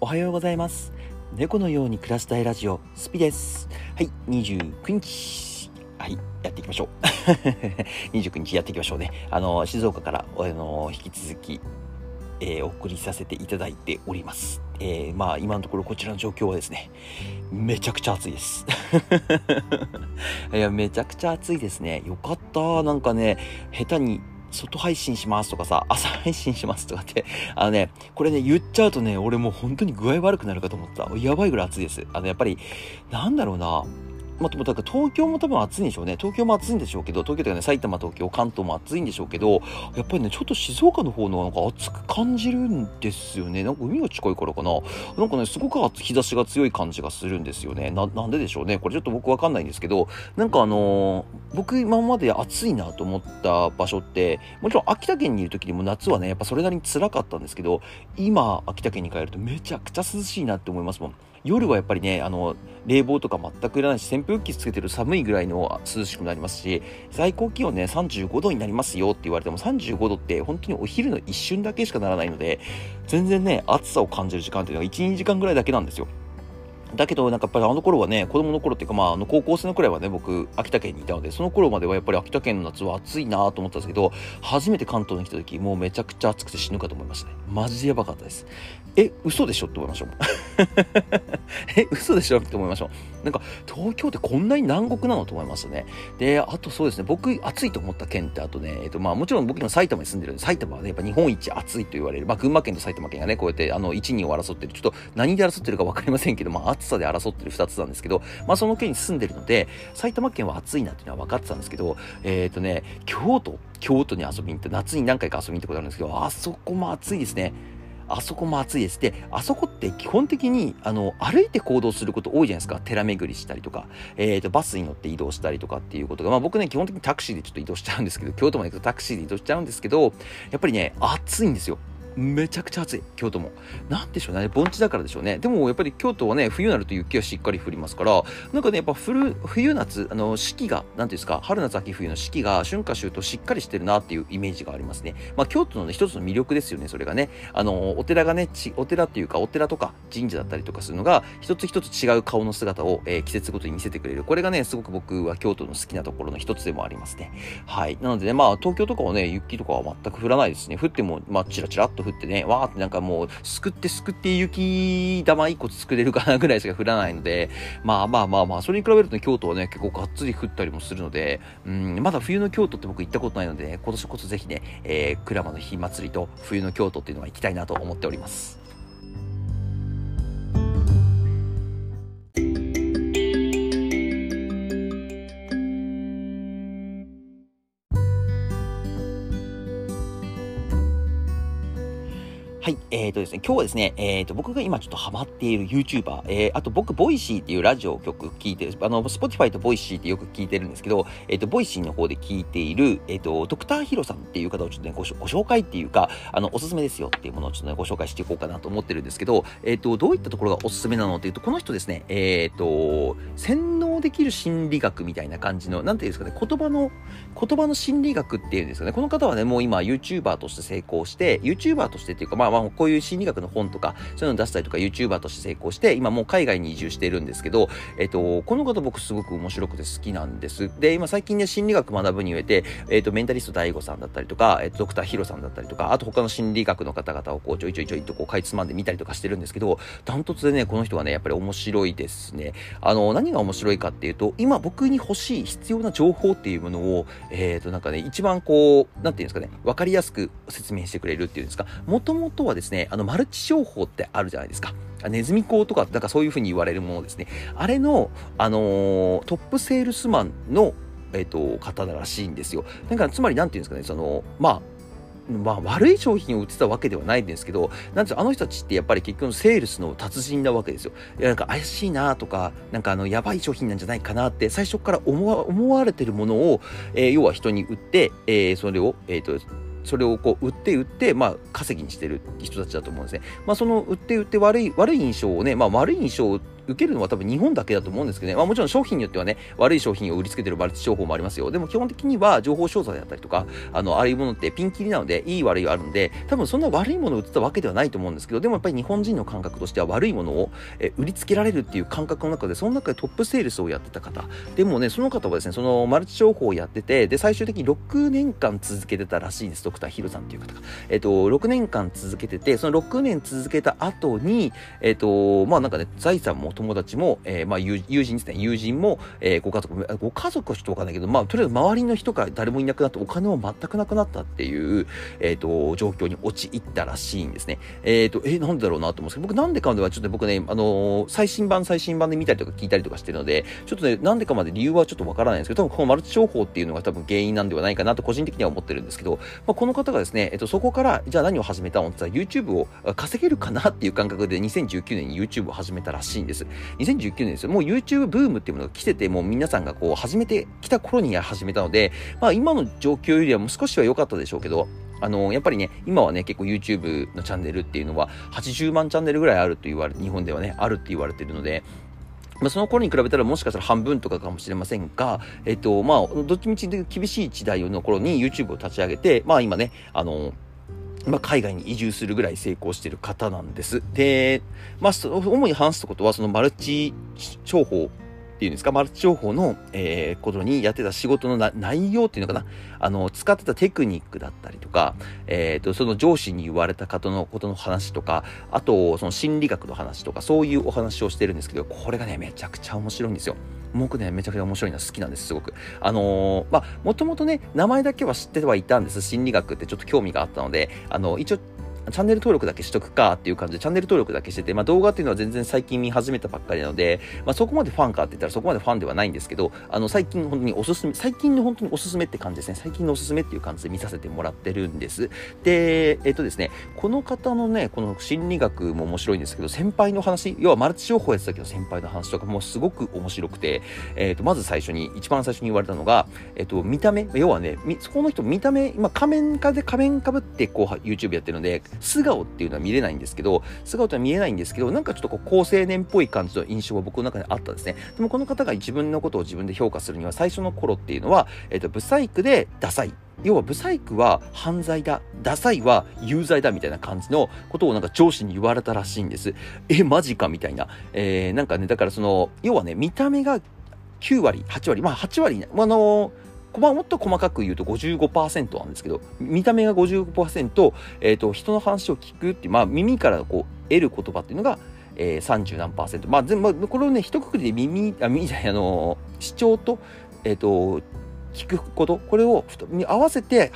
おはようございます。猫のように暮らしたいラジオスピです。はい、29日、はい、やっていきましょう。29日やっていきましょうね。静岡から引き続き、お送りさせていただいております。今のところこちらの状況はですね、めちゃくちゃ暑いです。いや、めちゃくちゃ暑いですね。よかった。なんかね、下手に外配信しますとかさ、朝配信しますとかって、これね、言っちゃうとね、俺もう本当に具合悪くなるかと思った。やばいぐらい暑いです。やっぱり、なんだろうな。だから東京も多分暑いんでしょうね。東京も暑いんでしょうけど、東京というかね、埼玉、東京、関東も暑いんでしょうけど、やっぱりね、ちょっと静岡の方のなんか暑く感じるんですよね。なんか海が近いからかな。なんかね、すごく日差しが強い感じがするんですよね。なんででしょうね。これちょっと僕わかんないんですけど、なんか僕今まで暑いなと思った場所って、もちろん秋田県にいる時にも夏はね、やっぱそれなりに辛かったんですけど、今、秋田県に帰るとめちゃくちゃ涼しいなって思いますもん。夜はやっぱりね、冷房とか全くいらないし、扇風機つけてる寒いぐらいの涼しくなりますし、最高気温ね、35度になりますよって言われても、35度って本当にお昼の一瞬だけしかならないので、全然ね、暑さを感じる時間っていうのが1、2時間ぐらいだけなんですよ。だけど、なんかやっぱりあの頃はね、子供の頃っていうか、高校生のくらいはね、僕、秋田県にいたので、その頃まではやっぱり秋田県の夏は暑いなと思ったんですけど、初めて関東に来た時、もうめちゃくちゃ暑くて死ぬかと思いましたね。マジでやばかったです。嘘でしょって思いましょう。嘘でしょって思いましょう。なんか、東京ってこんなに南国なのと思いましたね。で、あとそうですね、僕、暑いと思った県って、あとね、もちろん僕今埼玉に住んでるんで、埼玉はね、やっぱ日本一暑いと言われる、群馬県と埼玉県がね、こうやって、1、2を争ってる、ちょっと何で争ってるか分かりませんけど、暑さで争ってる2つなんですけど、その県に住んでるので、埼玉県は暑いなっていうのは分かってたんですけど、京都に遊びに行って、夏に何回か遊びに行ったことあるんですけど、あそこも暑いですね。あそこも暑いです。で、あそこって基本的に、歩いて行動すること多いじゃないですか。寺巡りしたりとか、バスに乗って移動したりとかっていうことが、僕ね、基本的にタクシーでちょっと移動しちゃうんですけど、京都まで行くとタクシーで移動しちゃうんですけど、やっぱりね、暑いんですよ。めちゃくちゃ暑い、京都も。なんでしょうね、盆地だからでしょうね。でもやっぱり京都はね、冬になると雪がしっかり降りますから、なんかね、やっぱ冬夏、四季が、なんていうんですか、春夏秋冬の四季が春夏秋冬しっかりしてるなっていうイメージがありますね。京都のね、一つの魅力ですよね、それがね。お寺がね、お寺っていうか、お寺とか神社だったりとかするのが、一つ一つ違う顔の姿を、季節ごとに見せてくれる。これがね、すごく僕は京都の好きなところの一つでもありますね。はい。なのでね、東京とかはね、雪とかは全く降らないですね。降っても、チラチラっと降ってね、わーってなんかもう、すくって雪玉一個作れるかなぐらいしか降らないので、それに比べるとね、京都はね、結構がっつり降ったりもするので、まだ冬の京都って僕行ったことないので、ね、今年こそぜひね、鞍馬の火祭りと冬の京都っていうのは行きたいなと思っております。はい、ですね、今日はですね、僕が今ちょっとハマっている YouTuber、あと僕、ボイシーっていうラジオ局聞いてる、Spotify とボイシーってよく聞いてるんですけど、ボイシーの方で聞いている、ドクターヒロさんっていう方をちょっとね、ご紹介っていうか、おすすめですよっていうものをちょっとね、ご紹介していこうかなと思ってるんですけど、どういったところがおすすめなのっていうと、この人ですね、洗脳できる心理学みたいな感じの、なんていうんですかね、言葉の心理学っていうんですかね、この方はね、もう今 YouTuber として成功して、YouTuber としてっていうか、こういう心理学の本とか、そういうのを出したりとか、YouTuber として成功して、今もう海外に移住しているんですけど、この方僕すごく面白くて好きなんです。で、今最近ね、心理学学ぶにおいて、メンタリスト DAIGO さんだったりとか、ドクターヒロさんだったりとか、あと他の心理学の方々をこう、ちょいとこう、かいつまんで見たりとかしてるんですけど、ダントツでね、この人はね、やっぱり面白いですね。何が面白いかっていうと、今僕に欲しい必要な情報っていうものを、なんかね、一番こう、なんていうんですかね、わかりやすく説明してくれるっていうんですか、もともとはですね、マルチ商法ってあるじゃないですか。ネズミ講とか、なんかそういう風に言われるものですね。あれの、トップセールスマンの、方らしいんですよ。だから、つまりなんていうんですかね、悪い商品を売ってたわけではないんですけど、なんていうの、あの人たちってやっぱり結局セールスの達人なわけですよ。いや、なんか怪しいなとか、なんかやばい商品なんじゃないかなって最初から思われてるものを、要は人に売って、それをこう売って、稼ぎにしてる人たちだと思うんですね。その売って悪い印象をね、悪い印象受けるのは多分日本だけだと思うんですけどね。もちろん商品によってはね、悪い商品を売りつけてるマルチ商法もありますよ。でも基本的には情報商材だったりとか、ああいうものってピンキリなので、いい悪いがあるので、多分そんな悪いものを売ってたわけではないと思うんですけど、でもやっぱり日本人の感覚としては悪いものを売りつけられるっていう感覚の中で、その中でトップセールスをやってた方。でもね、その方はですね、そのマルチ商法をやってて、で、最終的に6年間続けてたらしいです。ドクターヒロさんっていう方が。6年間続けてて、その6年続けた後に、なんかね、財産も友達も、友人ですね、友人も、ご家族はちょっとわかんないけど、とりあえず周りの人が誰もいなくなって、お金も全くなくなったっていう、状況に陥ったらしいんですね。なんでだろうなと思うんですけど、僕なんでかではちょっと僕ね、最新版で見たりとか聞いたりとかしてるので、ちょっとね、なんでかまで理由はちょっとわからないんですけど、多分このマルチ商法っていうのが多分原因なんではないかなと個人的には思ってるんですけど、この方がですね、そこからじゃあ何を始めたのって言ったら YouTube を稼げるかなっていう感覚で2019年に YouTube を始めたらしいんです。2019年ですよ。もう YouTube ブームっていうものが来てて、もう皆さんがこう始めてきた頃に始めたので、今の状況よりはもう少しは良かったでしょうけど、やっぱりね、今はね、結構 YouTube のチャンネルっていうのは80万チャンネルぐらいあると言われ、日本ではね、あるって言われているので、その頃に比べたらもしかしたら半分とかかもしれませんが、どっちみち厳しい時代の頃に YouTube を立ち上げて、今ね、海外に移住するぐらい成功している方なんです。で、主に話すことは、そのマルチ商法っていうんですか、マルチ商法の、ことにやってた仕事の内容っていうのかな、使ってたテクニックだったりとか、その上司に言われた方のことの話とか、あと、その心理学の話とか、そういうお話をしてるんですけど、これがね、めちゃくちゃ面白いんですよ。僕ね、めちゃくちゃ面白いの好きなんです、すごく。もともとね、名前だけは知ってはいたんです。心理学ってちょっと興味があったので、一応、チャンネル登録だけしとくかっていう感じでチャンネル登録だけしてて、動画っていうのは全然最近見始めたばっかりなので、そこまでファンかって言ったらそこまでファンではないんですけど、最近本当に最近の本当におすすめって感じですね。最近のおすすめっていう感じで見させてもらってるんです。で、ですね、この方のね、この心理学も面白いんですけど、先輩の話、要はマルチ商法やってたけど先輩の話とかもすごく面白くて、まず一番最初に言われたのが、見た目、要はね、そこの人見た目、今仮面かぶってこう YouTube やってるので、素顔っていうのは見れないんですけど、なんかちょっとこう高青年っぽい感じの印象は僕の中であったんですね。でもこの方が自分のことを自分で評価するには、最初の頃っていうのは、ブサイクでダサい。要はブサイクは犯罪だ、ダサいは有罪だみたいな感じのことをなんか上司に言われたらしいんです。マジかみたいな。なんかね、だから要はね、見た目が9割、8割、8割、もっと細かく言うと 55% なんですけど、見た目が 55%、人の話を聞くっていう、耳からこう得る言葉っていうのが、30何%。これをね、一括りで視聴と、聞くこと、これを合わせて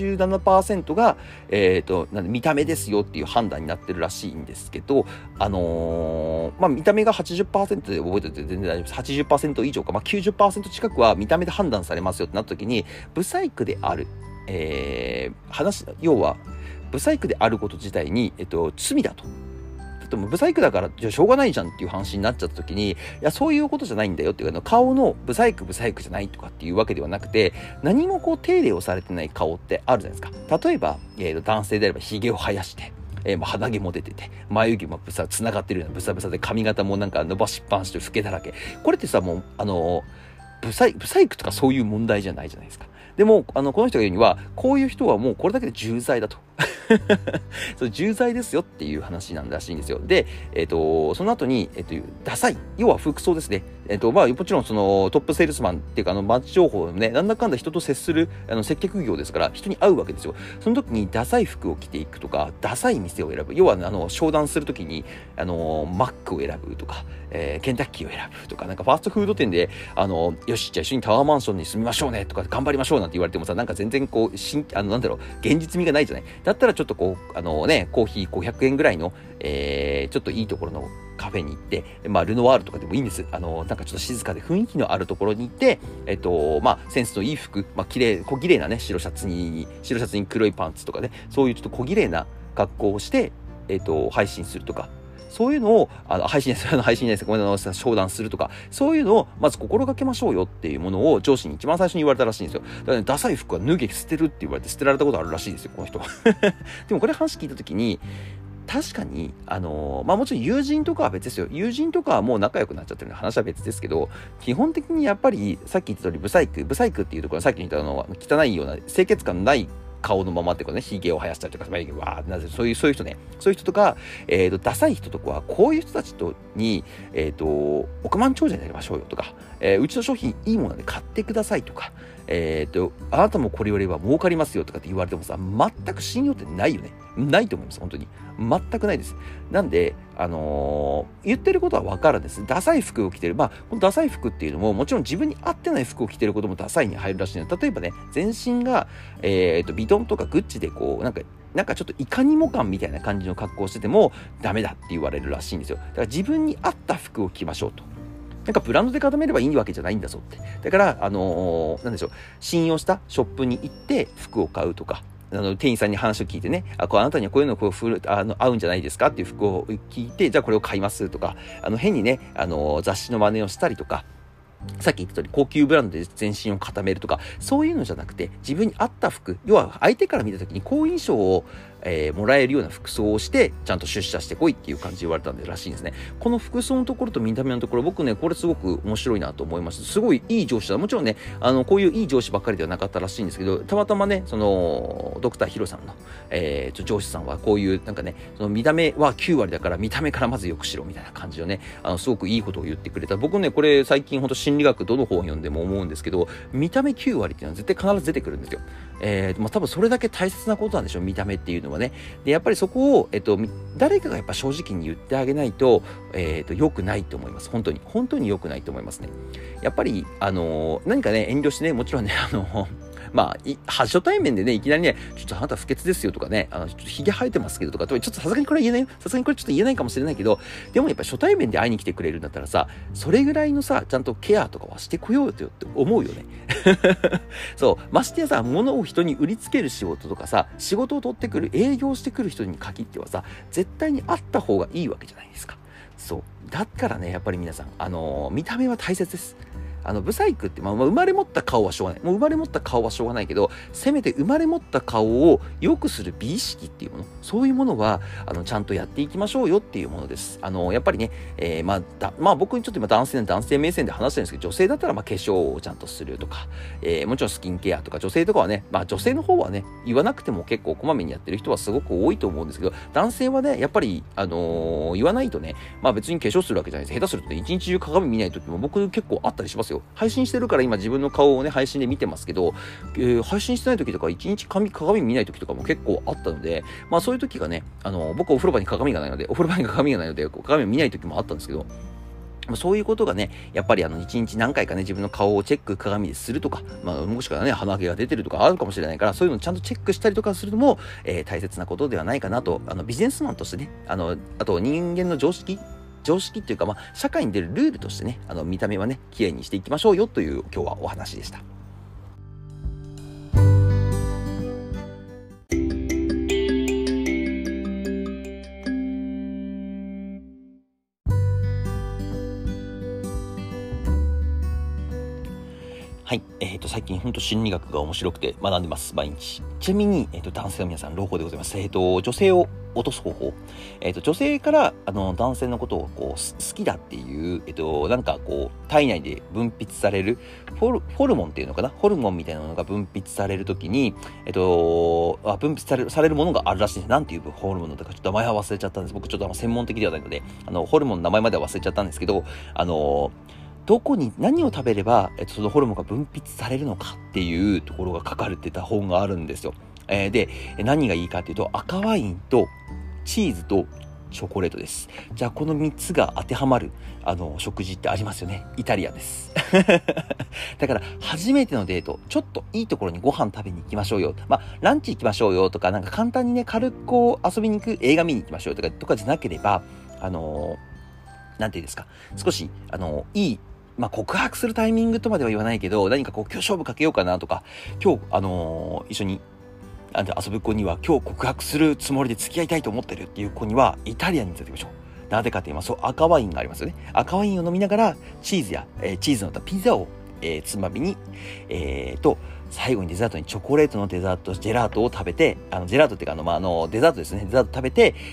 87% が、見た目ですよっていう判断になってるらしいんですけど、見た目が 80% で覚えてて全然大丈夫です。80% 以上か、90% 近くは見た目で判断されますよってなった時に、ブサイクである、要は、ブサイクであること自体に、罪だと。でもブサイクだからじゃあしょうがないじゃんっていう話になっちゃった時に、いやそういうことじゃないんだよっていうか、顔のブサイクじゃないとかっていうわけではなくて、何もこう手入れをされてない顔ってあるじゃないですか。例えば、男性であれば髭を生やして、鼻毛も出てて、眉毛もつながってるようなブサブサで、髪型もなんか伸ばしっぱなしと老けだらけ。これってさ、もうブサイクとかそういう問題じゃないじゃないですか。でもこの人が言うには、こういう人はもうこれだけで重罪だと。それ重罪ですよっていう話なんらしいんですよ。で、その後に、ダサい。要は服装ですね。もちろんそのトップセールスマンっていうかマッチ情報ね、なんだかんだ人と接する接客業ですから人に会うわけですよ。その時にダサい服を着ていくとか、ダサい店を選ぶ。要は商談する時にマックを選ぶとか、ケンタッキーを選ぶとか、なんかファーストフード店でよしじゃあ一緒にタワーマンションに住みましょうねとか頑張りましょうなんて言われてもさ、なんか全然こう現実味がないじゃない。だったらちょっとこうコーヒー500円ぐらいの、ちょっといいところのカフェに行って、ルノワールとかでもいいんです。なんかちょっと静かで雰囲気のあるところに行って、センスのいい服、小綺麗なね、白シャツに黒いパンツとかね、そういうちょっと小綺麗な格好をして、配信するとか、そういうのを、配信です。ごめんなさい、商談するとか、そういうのをまず心がけましょうよっていうものを上司に一番最初に言われたらしいんですよ。だから、ね、ダサい服は脱げ捨てるって言われて捨てられたことあるらしいですよ、この人。でもこれ話聞いたときに、 確かに、もちろん友人とかは別ですよ。友人とかはもう仲良くなっちゃってるので話は別ですけど、基本的にやっぱり、さっき言った通り、ブサイクっていうところはさっき言った汚いような、清潔感のない顔のままっていうかね、髭を生やしたりとか、なぜそういう人ね、そういう人とか、ダサい人とかは、こういう人たちに、億万長者になりましょうよとか、うちの商品いいもので買ってくださいとか、あなたもこれよりは儲かりますよとかって言われてもさ、全く信用ってないよね。ないと思います、本当に。全くないです。なんで、言ってることは分かるんです。ダサい服を着てる。このダサい服っていうのも、もちろん自分に合ってない服を着てることもダサいに入るらしいので、例えばね、全身が、ビトンとかグッチでこう、なんかちょっといかにも感みたいな感じの格好をしててもダメだって言われるらしいんですよ。だから自分に合った服を着ましょうと。なんかブランドで固めればいいわけじゃないんだぞって。だから、なんでしょう、信用したショップに行って服を買うとか、店員さんに話を聞いてね、あなたにはこういうの合うんじゃないですかっていう服を聞いて、じゃあこれを買いますとか、変にね、雑誌の真似をしたりとか、さっき言った通り高級ブランドで全身を固めるとか、そういうのじゃなくて、自分に合った服、要は相手から見た時に好印象を、もらえるような服装をして、ちゃんと出社してこいっていう感じで言われたんでらしいんですね。この服装のところと見た目のところ、僕ね、これすごく面白いなと思いました。すごいいい上司だ。もちろんね、こういういい上司ばっかりではなかったらしいんですけど、たまたまね、その、ドクターヒロさんの、上司さんはこういう、なんかね、その見た目は9割だから、見た目からまず良くしろみたいな感じのね、すごくいいことを言ってくれた。僕ね、これ最近ほんと心理学どの本を読んでも思うんですけど、見た目9割っていうのは絶対必ず出てくるんですよ。多分それだけ大切なことなんでしょう、見た目っていうのはね。で、やっぱりそこを、誰かがやっぱ正直に言ってあげないと、良くないと思います。本当に良くないと思いますね。やっぱり、何かね、遠慮してね、もちろんね、初対面でね、いきなりね、ちょっとあなた不潔ですよとかね、ちょっと髭生えてますけどとか、ちょっとさすがにこれは言えないよ。さすがにこれちょっと言えないかもしれないけど、でもやっぱ初対面で会いに来てくれるんだったらさ、それぐらいのさ、ちゃんとケアとかはしてこようよって思うよね。そう、ましてやさ、物を人に売りつける仕事とかさ、仕事を取ってくる、営業してくる人に限ってはさ、絶対にあった方がいいわけじゃないですか。そう。だからね、やっぱり皆さん、見た目は大切です。ブサイクって、生まれ持った顔はしょうがない。もう生まれ持った顔はしょうがないけど、せめて生まれ持った顔を良くする美意識っていうもの、そういうものは、ちゃんとやっていきましょうよっていうものです。やっぱりね、僕にちょっと今男性目線で話してるんですけど、女性だったら化粧をちゃんとするとか、もちろんスキンケアとか、女性とかはね、女性の方はね、言わなくても結構こまめにやってる人はすごく多いと思うんですけど、男性はね、やっぱり、言わないとね、別に化粧するわけじゃないです。下手するとね、一日中鏡見ない時も僕結構あったりしますよ。配信してるから今自分の顔をね、配信で見てますけど、配信してない時とか一日鏡見ない時とかも結構あったので、そういう時がね、僕お風呂場に鏡がないので、鏡を見ない時もあったんですけど、そういうことがね、やっぱり一日何回かね、自分の顔をチェック鏡でするとか、もしくはね、鼻毛が出てるとかあるかもしれないから、そういうのをちゃんとチェックしたりとかするのも、大切なことではないかなと、ビジネスマンとしてね、あと人間の常識っていうか、社会に出るルールとしてね、見た目はね、綺麗にしていきましょうよという今日はお話でした。はい。最近本当心理学が面白くて学んでます。毎日。ちなみに、男性の皆さん、朗報でございます。女性を落とす方法。女性から、男性のことを好きだっていう、体内で分泌される、ホルモンっていうのかな、ホルモンみたいなのが分泌されるときに、分泌されるものがあるらしいんです。なんていうホルモンだったか、ちょっと名前は忘れちゃったんです。僕ちょっと専門的ではないので、ホルモンの名前までは忘れちゃったんですけど、どこに何を食べれば、そのホルモンが分泌されるのかっていうところが書かれてた本があるんですよ。で、何がいいかっていうと、赤ワインとチーズとチョコレートです。じゃあこの3つが当てはまる食事ってありますよね。イタリアンです。だから初めてのデート、ちょっといいところにご飯食べに行きましょうよ。ランチ行きましょうよとか、なんか簡単にね、軽く遊びに行く、映画見に行きましょうとかじゃなければ、なんていうんですか、少しいい告白するタイミングとまでは言わないけど、何か今日勝負かけようかなとか、今日一緒に遊ぶ子には今日告白するつもりで付き合いたいと思ってるっていう子にはイタリアンに連れて行きましょう。なぜかと言いますと、赤ワインがありますよね。赤ワインを飲みながらチーズや、チーズのったピザを、つまみに、最後にデザートにチョコレートのジェラートを食べて、ジェラートっていうかデザートですね。デザート食べて、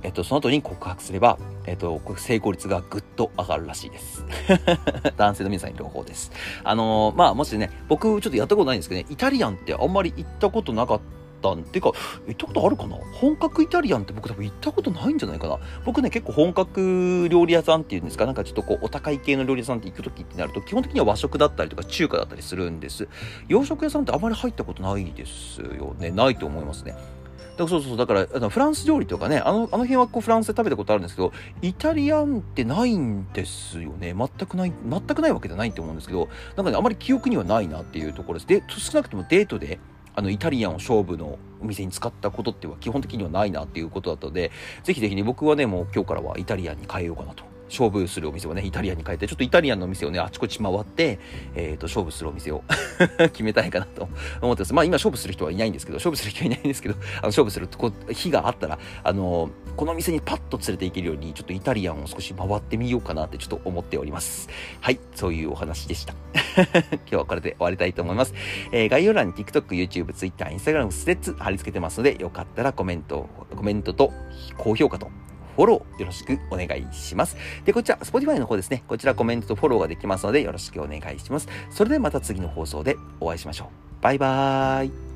その後に告白すれば、成功率がぐっと上がるらしいです。男性の皆さんに朗報です。もしね、僕ちょっとやったことないんですけどね、イタリアンってあんまり行ったことなかったっていうか、行ったことあるかな。本格イタリアンって僕多分行ったことないんじゃないかな。僕ね、結構本格料理屋さんっていうんですか、なんかちょっとこう、お高い系の料理屋さんって行くときってなると、基本的には和食だったりとか中華だったりするんです。洋食屋さんってあまり入ったことないですよね。ないと思いますね。だからフランス料理とかね、あの辺はこうフランスで食べたことあるんですけど、イタリアンってないんですよね。全くないわけじゃないと思うんですけど、なんかね、あまり記憶にはないなっていうところです。で、少なくともデートで、イタリアンを勝負のお店に使ったことっては基本的にはないなっていうことだったので、ぜひぜひね、僕はね、もう今日からはイタリアンに変えようかなと。勝負するお店をね、イタリアンに変えて、ちょっとイタリアンのお店をね、あちこち回って、勝負するお店を決めたいかなと思ってます。今勝負する人はいないんですけど、勝負する日があったら、この店にパッと連れて行けるように、ちょっとイタリアンを少し回ってみようかなってちょっと思っております。はい、そういうお話でした。今日はこれで終わりたいと思います。概要欄に TikTok、YouTube、Twitter、Instagram、スレッズ貼り付けてますので、よかったらコメントと高評価とフォローよろしくお願いします。で、こちら、Spotify の方ですね。こちらコメントとフォローができますので、よろしくお願いします。それではまた次の放送でお会いしましょう。バイバーイ。